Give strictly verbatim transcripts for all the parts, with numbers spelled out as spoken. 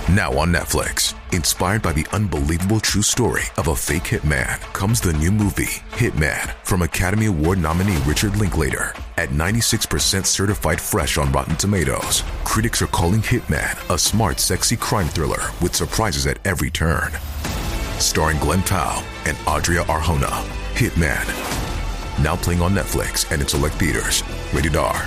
Now on Netflix, inspired by the unbelievable true story of a fake hitman, comes the new movie, Hitman, from Academy Award nominee Richard Linklater. At ninety-six percent certified fresh on Rotten Tomatoes, critics are calling Hitman a smart, sexy crime thriller with surprises at every turn. Starring Glenn Powell and Adria Arjona, Hitman. Now playing on Netflix and in select theaters. Rated R.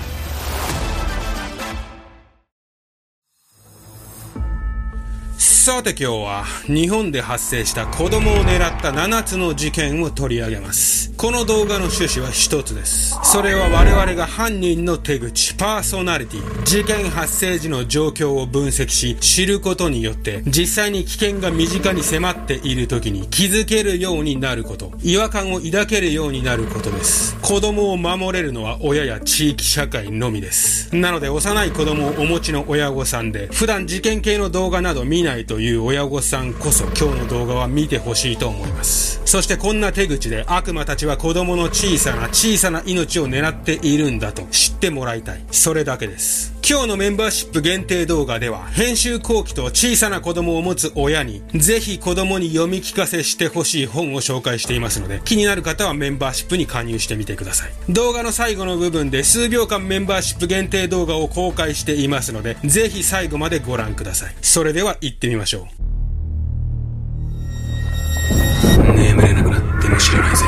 さて今日は日本で発生した子供を狙ったななつの事件を取り上げます。この動画の趣旨は一つです。それは我々が犯人の手口、パーソナリティ、事件発生時の状況を分析し知ることによって実際に危険が身近に迫っている時に気づけるようになること、違和感を抱けるようになることです。子供を守れるのは親や地域社会のみです。なので幼い子供をお持ちの親御さんで普段事件系の動画など見ないという親御さんこそ今日の動画は見てほしいと思います。そしてこんな手口で悪魔たちは子供の小さな小さな命を狙っているんだと知ってもらいたい。それだけです。今日のメンバーシップ限定動画では編集後期と小さな子供を持つ親にぜひ子供に読み聞かせしてほしい本を紹介していますので、気になる方はメンバーシップに加入してみてください。動画の最後の部分で数秒間メンバーシップ限定動画を公開していますので、ぜひ最後までご覧ください。それでは行ってみましょう。眠れなくなっても知らないぜ。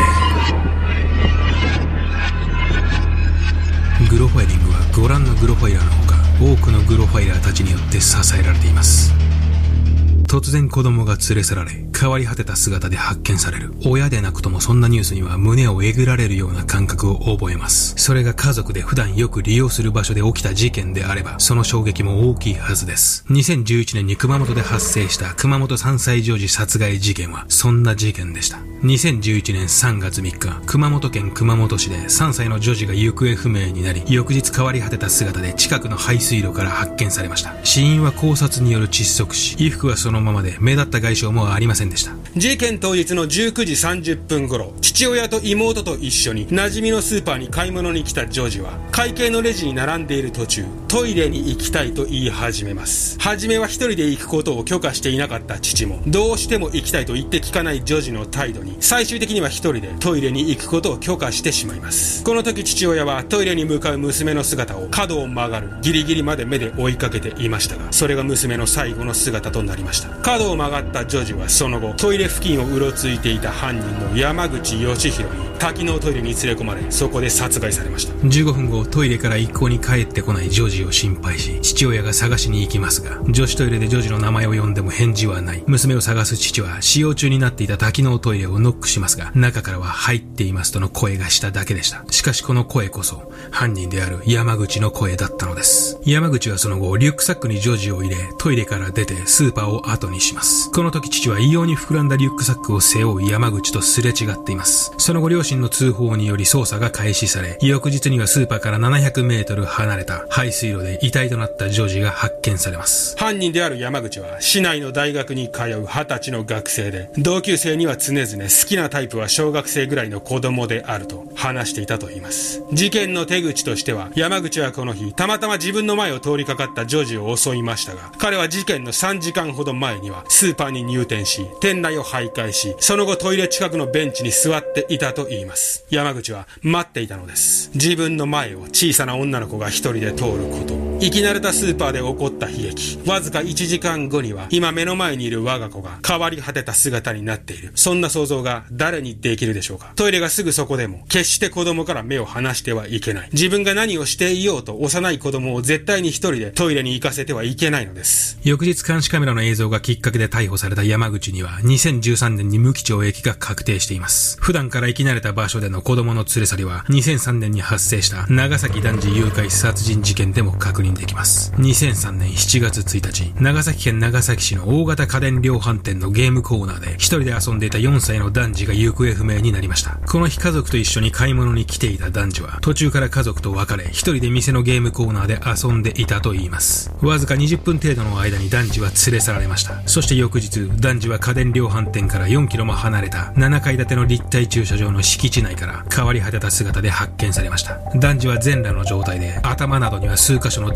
グロファイリングはご覧のグロファイラーのほか多くのグロファイラーたちによって支えられています。突然子供が連れ去られ変わり果てた姿で発見される。親でなくともそんなニュースには胸をえぐられるような感覚を覚えます。それが家族で普段よく利用する場所で起きた事件であればその衝撃も大きいはずです。にせんじゅういちねんに熊本で発生した熊本さんさい児殺害事件はそんな事件でした。にせんじゅういちねんさんがつみっか、熊本県熊本市でさんさいの女児が行方不明になり、翌日変わり果てた姿で近くの排水路から発見されました。死因は絞殺による窒息死、衣服はそのままで目立った外傷もありませんでした。事件当日のじゅうくじさんじゅっぷん頃、父親と妹と一緒に馴染みのスーパーに買い物に来た女児は会計のレジに並んでいる途中、トイレに行きたいと言い始めます。初めは一人で行くことを許可していなかった父もどうしても行きたいと言って聞かない女児の態度に最終的には一人でトイレに行くことを許可してしまいます。この時父親はトイレに向かう娘の姿を角を曲がるギリギリまで目で追いかけていましたが、それが娘の最後の姿となりました。角を曲がった女児はその後トイレ付近をうろついていた犯人の山口義弘に多機能トイレに連れ込まれそこで殺害されました。じゅうごふんごトイレから一向に帰ってこない女児を心配し父親が探しに行きますが、女子トイレで女児の名前を呼んでも返事はない。娘を探す父は使用中になっていた多機能トイレをノックしますが、中からは入っていますとの声がしただけでした。しかしこの声こそ犯人である山口の声だったのです。山口はその後リュックサックに女児を入れトイレから出てスーパーを後にします。この時父は異様に膨らんだリュックサックを背負う山口とすれ違っています。その後両親の通報により捜査が開始され、翌日にはスーパーからななひゃくメートル離れた排水路で遺体となった女児が発見されます。犯人である山口は市内の大学に通うはたちの学生で、同級生には常々好きなタイプは小学生ぐらいの子供であると話していたといいます。事件の手口としては山口はこの日たまたま自分の前を通りかかった女児を襲いましたが、彼は事件のさんじかんほど前にはスーパーに入店し店内を徘徊し、その後トイレ近くのベンチに座っていたといいます。山口は待っていたのです。自分の前を小さな女の子が一人で通ること。生き慣れたスーパーで起こった悲劇。わずかいちじかんごには今目の前にいる我が子が変わり果てた姿になっている。そんな想像が誰にできるでしょうか。トイレがすぐそこでも決して子供から目を離してはいけない。自分が何をしていようと幼い子供を絶対に一人でトイレに行かせてはいけないのです。翌日監視カメラの映像がきっかけで逮捕された山口にはにせんじゅうさんねんに無期懲役が確定しています。普段から生き慣れた場所での子供の連れ去りはにせんさんねんに発生した長崎男児誘拐殺人事件でも確認できます。にせんさんねんしちがつついたち、長崎県長崎市の大型家電量販店のゲームコーナーで一人で遊んでいたよんさいの男児が行方不明になりました。この日家族と一緒に買い物に来ていた男児は途中から家族と別れ一人で店のゲームコーナーで遊んでいたといいます。わずかにじゅっぷん程度の間に男児は連れ去られました。そして翌日男児は家電量販店からよんキロも離れたななかい建ての立体駐車場の敷地内から変わり果てた姿で発見されました。男児は全裸の状態で頭などには数箇所の打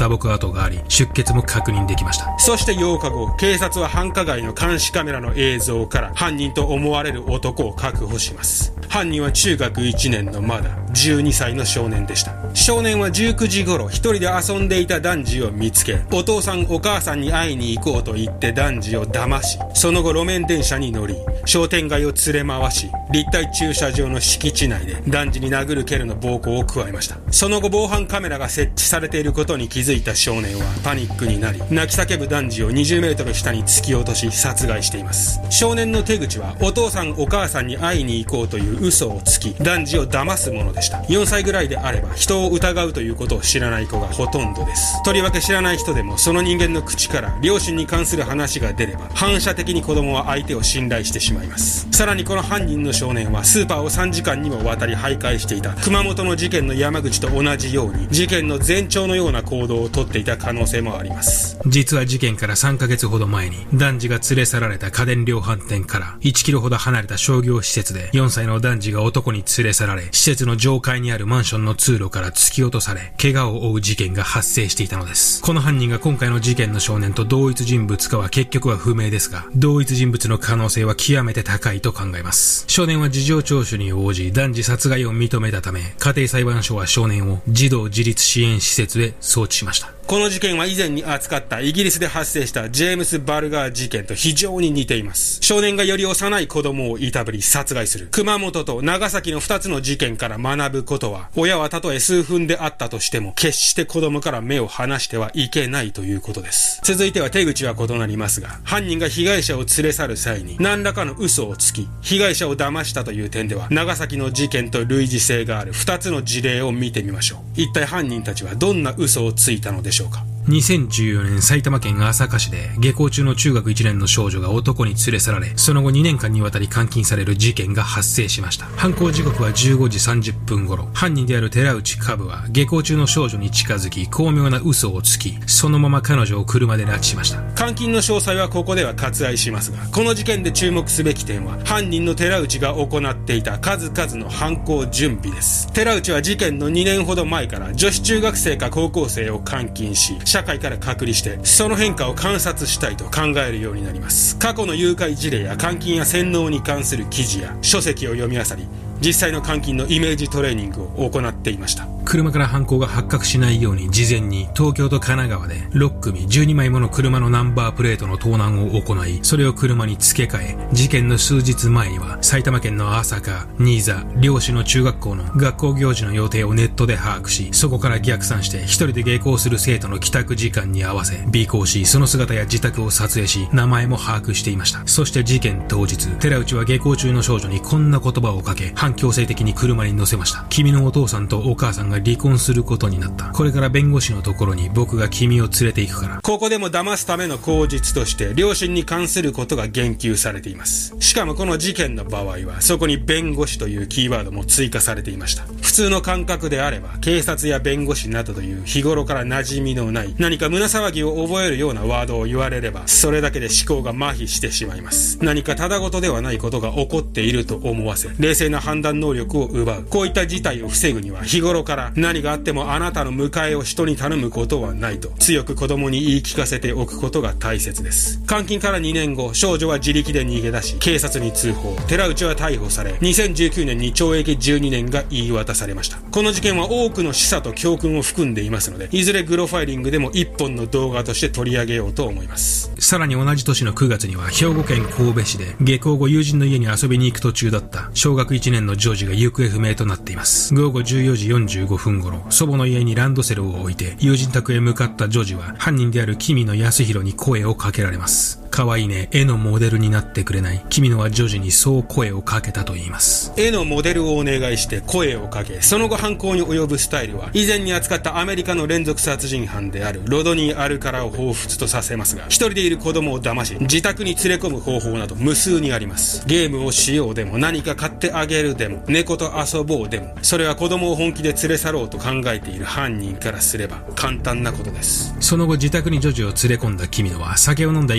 打撲跡があり、出血も確認できました。 そしてようかご、警察は繁華街の監視カメラの映像から犯人と思われる男を確保します。犯人は中学いちねんのまだじゅうにさいの少年でした。少年はじゅうくじ頃一人で遊んでいた男児を見つけ、お父さんお母さんに会いに行こうと言って男児を騙し、その後路面電車に乗り、商店街を連れ回し、立体駐車場の敷地内で男児に殴る蹴るの暴行を加えました。その後防犯カメラが設置されていることに気づいた少年はパニックになり、泣き叫ぶ男児をにじゅうメートル下に突き落とし殺害しています。少年の手口はお父さんお母さんに会いに行こうという嘘をつき、男児を騙すものでした。よんさいぐらいであれば人を疑うということを知らない子がほとんどです。とりわけ知らない人でもその人間の口から両親に関する話が出れば、反射的に子供は相手を信頼してしまいます。さらにこの犯人の少年はスーパーをさんじかんにもわたり徘徊していた熊本の事件の山口と同じように、事件の前兆のような行動をとっていた可能性もあります。 実は事件からさんかげつほど前に、男児が連れ去られた家電量販店からいちキロほど離れた商業施設でよんさいの男児が男に連れ去られ、施設の上階にあるマンションの通路から突き落とされ、怪我を負う事件が発生していたのです。この犯人が今回の事件の少年と同一人物かは結局は不明ですが、同一人物の可能性は極めて高いと考えます。少年は事情聴取に応じ、男児殺害を認めたため、家庭裁判所は少年を児童自立支援施設へ送致しました。 この事件は以前に扱ったイギリスで発生したジェームス・バルガー事件と非常に似ています。少年がより幼い子供をいたぶり殺害する。熊本と長崎のふたつの事件から学ぶことは、親はたとえ数分であったとしても決して子供から目を離してはいけないということです。続いては手口は異なりますが、犯人が被害者を連れ去る際に何らかの嘘をつき、被害者を騙したという点では、長崎の事件と類似性があるふたつの事例を見てみましょう。一体犯人たちはどんな嘘をついたのでしょうか。 にせんじゅうよねん埼玉県朝霞市で下校中の中学いちねんの少女が男に連れ去られ、その後にねんかんにわたり監禁される事件が発生しました。犯行時刻はじゅうごじさんじゅっぷん頃、犯人である寺内カブは下校中の少女に近づき、巧妙な嘘をつき、そのまま彼女を車で拉致しました。 監禁の詳細はここでは割愛しますが、この事件で注目すべき点は、犯人の寺内が行っていた数々の犯行準備です。寺内は事件のにねんほど前から女子中学生か高校生を監禁し、社会から隔離してその変化を観察したいと考えるようになります。過去の誘拐事例や監禁や洗脳に関する記事や書籍を読み漁り、実際の監禁のイメージトレーニングを行っていました。 車から犯行が発覚しないように事前に東京と神奈川でろっくみじゅうにまいもの車のナンバープレートの盗難を行い、それを車に付け替え、事件の数日前には埼玉県の朝霞、新座、両市の中学校の学校行事の予定をネットで把握し、そこから逆算して一人で下校する生徒の帰宅時間に合わせ尾行し、その姿や自宅を撮影し、名前も把握していました。そして事件当日、寺内は下校中の少女にこんな言葉をかけ、反強制的に車に乗せました。君のお父さんとお母さんが離婚することになった。これから弁護士のところに僕が君を連れて行くから。 ここでも騙すための口実として両親に関することが言及されています。しかもこの事件の場合はそこに弁護士というキーワードも追加されていました。普通の感覚であれば警察や弁護士などという日頃から馴染みのない何か胸騒ぎを覚えるようなワードを言われれば、それだけで思考が麻痺してしまいます。何かただごとではないことが起こっていると思わせ、冷静な判断能力を奪う。こういった事態を防ぐには日頃から何があってもあなたの迎えを人に頼むことはないと強く子供に言い聞かせておくことが大切です。監禁からにねんご、少女は自力で逃げ出し警察に通報。寺内は逮捕されにせんじゅうきゅうねんに懲役じゅうにねんが言い渡されました。この事件は多くの示唆と教訓を含んでいますので、いずれグロファイリングでも一本の動画として取り上げようと思います。 さらに同じ年のくがつには兵庫県神戸市で下校後友人の家に遊びに行く途中だった小学いちねんの女児が行方不明となっています。午後じゅうよじよんじゅうごふん頃、祖母の家にランドセルを置いて友人宅へ向かった女児は犯人である君野康弘に声をかけられます。可愛いね、絵のモデルになってくれない。君野は女児にそう声をかけたと言います。 絵のモデルをお願いして声をかけ、その後犯行に及ぶスタイルは以前に扱ったアメリカの連続殺人犯であるロドニー・アルカラを彷彿とさせますが、一人でいる子供を騙し自宅に連れ込む方法など無数にあります。ゲームをしようでも、何か買ってあげるでも、猫と遊ぼうでも、それは子供を本気で連れ去ろうと考えている犯人からすれば簡単なことです。 その後自宅に女児を連れ込んだ君野は酒を飲んだ勢いで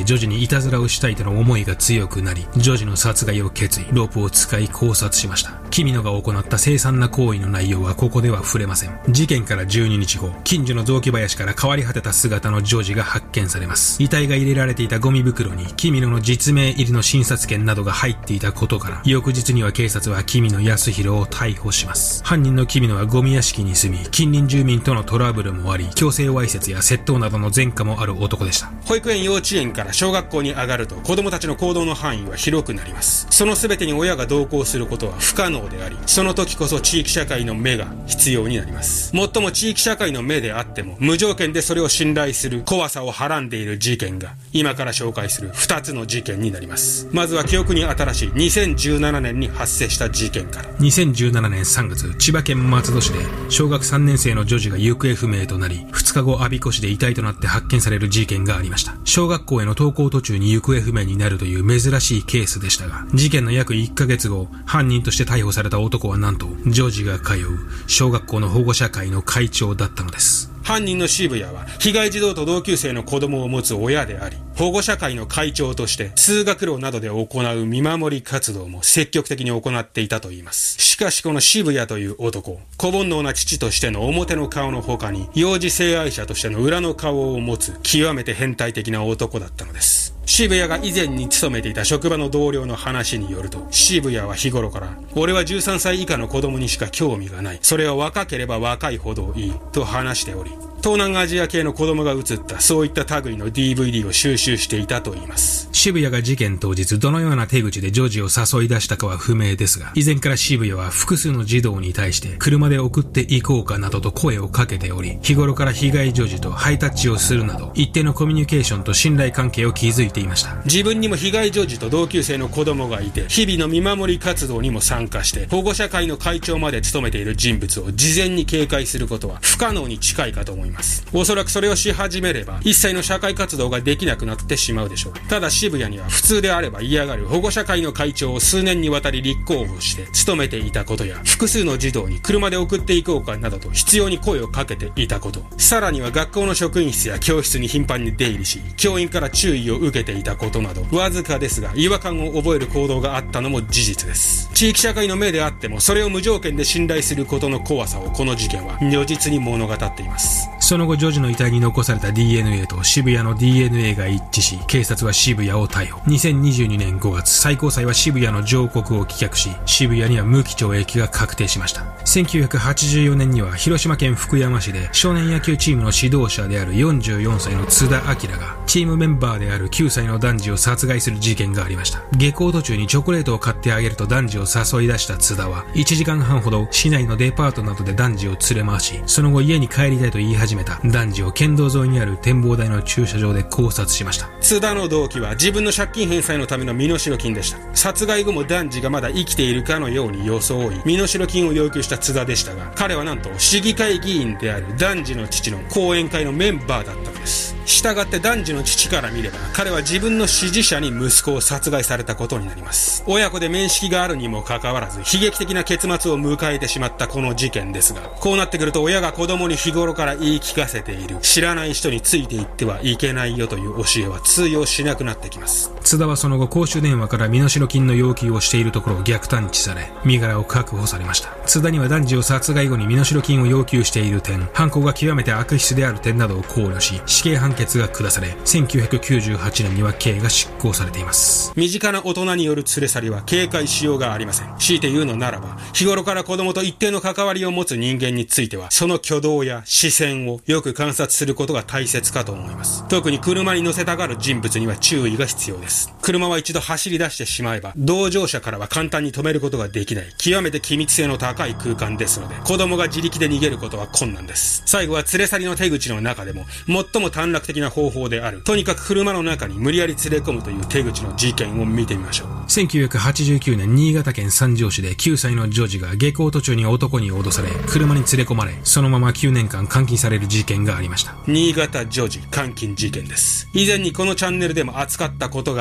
女児にいたずらをしたいとの思いが強くなり、女児の殺害を決意、ロープを使い考察しました。キミノが行った凄惨な行為の内容はここでは触れません。事件からじゅうににちご、近所の雑木林から変わり果てた姿の女児が発見されます。遺体が入れられていたゴミ袋にキミノの実名入りの診察券などが入っていたことから、翌日には警察はキミノ康弘を逮捕します。犯人のキミノはゴミ屋敷に住み、近隣住民とのトラブルもあり、強制わいせつや窃盗などの前科もある男でした。 保育園幼稚園から小学校に上がると、子供たちの行動の範囲は広くなります。その全てに親が同行することは不可能であり、その時こそ地域社会の目が必要になります。もっとも地域社会の目であっても、無条件でそれを信頼する怖さをはらんでいる事件が、今から紹介するふたつの事件になります。まずは記憶に新しいにせんじゅうななねんに発生した事件から。 にせんじゅうななねんさんがつ、千葉県松戸市で小学さんねん生の女児が行方不明となり、ふつかご我孫子市で遺体となって発見される事件がありました。小学校への登校途中に行方不明になるという珍しいケースでしたが、事件の約いっかげつご、犯人として逮捕された男はなんと、女児が通う小学校の保護者会の会長だったのです。 犯人の渋谷は被害児童と同級生の子供を持つ親であり、保護者会の会長として通学路などで行う見守り活動も積極的に行っていたといいます。しかしこの渋谷という男、子煩悩な父としての表の顔の他に、幼児性愛者としての裏の顔を持つ極めて変態的な男だったのです。渋谷が以前に勤めていた職場の同僚の話によると、渋谷は日頃から、俺はじゅうさんさい以下の子供にしか興味がない。それは若ければ若いほどいい。と話しており、東南アジア系の子供が映ったそういった類の ディーブイディー を収集していたといいます。 渋谷が事件当日どのような手口で女児を誘い出したかは不明ですが、以前から渋谷は複数の児童に対して車で送っていこうかなどと声をかけており、日頃から被害女児とハイタッチをするなど、一定のコミュニケーションと信頼関係を築いていました。 自分にも被害女児と同級生の子供がいて、日々の見守り活動にも参加して、保護者会の会長まで務めている人物を事前に警戒することは不可能に近いかと思います。おそらくそれをし始めれば、一切の社会活動ができなくなってしまうでしょう。ただ渋谷には普通であれば嫌がる保護者会の会長を数年にわたり立候補して務めていたことや、複数の児童に車で送っていこうかなどと必要に声をかけていたこと、さらには学校の職員室や教室に頻繁に出入りし、教員から注意を受けていたことなど、わずかですが違和感を覚える行動があったのも事実です。地域社会の目であっても、それを無条件で信頼することの怖さをこの事件は如実に物語っています。 その後女児の遺体に残された ディーエヌエー と渋谷の ディーエヌエー が一致し、警察は渋谷を逮捕。にせんにじゅうにねんごがつ、最高裁は渋谷の上告を棄却し、渋谷には無期懲役が確定しました。せんきゅうひゃくはちじゅうよねんには広島県福山市で少年野球チームの指導者であるよんじゅうよんさいの津田明がチームメンバーであるきゅうさいの男児を殺害する事件がありました。下校途中にチョコレートを買ってあげると男児を誘い出した津田はいちじかんはんほど市内のデパートなどで男児を連れ回し、その後家に帰りたいと言い始めた男児を県道沿いにある展望台の駐車場で考察しました。 津田の動機は自分の借金返済のための身代金でした。殺害後も男児がまだ生きているかのように装い身代金を要求した津田でしたが、彼はなんと市議会議員である男児の父の後援会のメンバーだったのです。したがって男児の父から見れば、彼は自分の支持者に息子を殺害されたことになります。親子で面識があるにもかかわらず悲劇的な結末を迎えてしまったこの事件ですが、こうなってくると親が子供に日頃から言い聞かせている知らない人についていってはいけないよという教えは通用しなくなってきます。 津田はその後公衆電話から身代金の要求をしているところを逆探知され、身柄を確保されました。津田には男児を殺害後に身代金を要求している点、犯行が極めて悪質である点などを考慮し、死刑判決が下され、せんきゅうひゃくきゅうじゅうはちねんには刑が執行されています。 身近な大人による連れ去りは警戒しようがありません。強いて言うのならば、日頃から子供と一定の関わりを持つ人間については、その挙動や視線をよく観察することが大切かと思います。特に車に乗せたがる人物には注意が必要です。車は一度走り出してしまえば、同乗者からは簡単に止めることができない、極めて機密性の高い空間ですので、子供が自力で逃げることは困難です。最後は連れ去りの手口の中でも、最も短絡的な方法である、とにかく車の中に無理やり連れ込むという手口の事件を見てみましょう。 せんきゅうひゃくはちじゅうきゅうねん、新潟県三条市できゅうさいの女児が下校途中に男に脅され、車に連れ込まれ、そのままきゅうねんかん監禁される事件がありました。 新潟女児監禁事件です。以前にこのチャンネルでも扱ったことが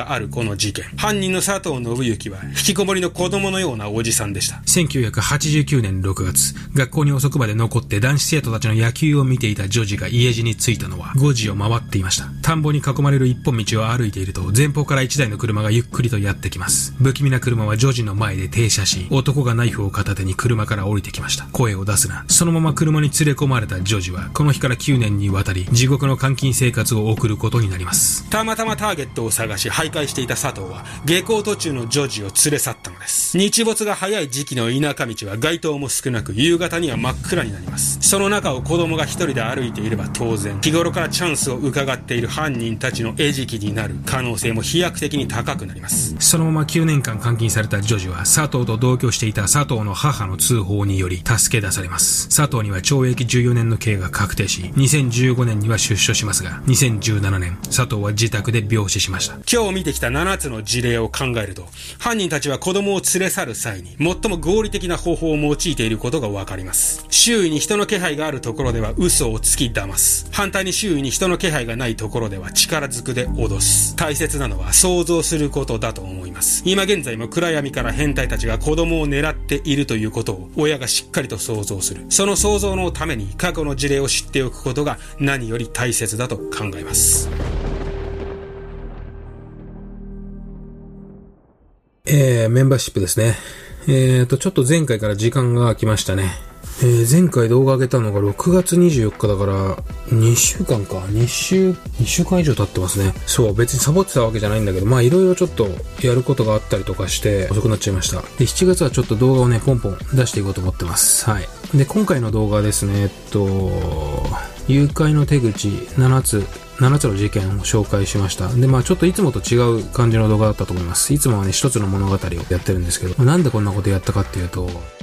があるこの事件。犯人の佐藤信之は引きこもりの子供のようなおじさんでした。 せんきゅうひゃくはちじゅうきゅうねんろくがつ、学校に遅くまで残って男子生徒たちの野球を見ていた女児が家路に着いたのはごじを回っていました。田んぼに囲まれる一本道を歩いていると、前方から一台の車がゆっくりとやってきます。不気味な車は女児の前で停車し、男がナイフを片手に車から降りてきました。声を出すな。そのまま車に連れ込まれた女児は、この日からきゅうねんにわたり地獄の監禁生活を送ることになります。 たまたまターゲットを探し徘徊していた佐藤は、下校途中の女児を連れ去ったのです。日没が早い時期の田舎道は街灯も少なく、夕方には真っ暗になります。その中を子供が一人で歩いていれば当然、日頃からチャンスを伺っている犯人たちの餌食になる可能性も飛躍的に高くなります。 そのままきゅうねんかん監禁された女児は、佐藤と同居していた佐藤の母の通報により助け出されます。佐藤には懲役じゅうよねんの刑が確定し、にせんじゅうごねんには出所しますが、にせんじゅうななねん、佐藤は自宅で病死しました。 今日見てきたななつの事例を考えると、犯人たちは子供を連れ去る際に最も合理的な方法を用いていることがわかります。周囲に人の気配があるところでは嘘をつき騙す。反対に周囲に人の気配がないところでは力ずくで脅す。大切なのは想像することだと思います。今現在も暗闇から変態たちが子供を狙っているということを親がしっかりと想像する。その想像のために過去の事例を知っておくことが何より大切だと考えます。 えー、メンバーシップですね。えーと、ちょっと前回から時間が空きましたね。えー、前回動画上げたのがろくがつにじゅうよっかだからにしゅうかんか。2週、2週間以上経ってますね。そう、別にサボってたわけじゃないんだけど、まあいろいろちょっとやることがあったりとかして遅くなっちゃいました。で、しちがつはちょっと動画をね、ポンポン出していこうと思ってます。はい。で、今回の動画ですね、えっと、誘拐の手口ななつ、ななつの事件を紹介しました。で、まあちょっといつもと違う感じの動画だったと思います。いつもはね、一つの物語をやってるんですけど、なんでこんなことやったかっていうと、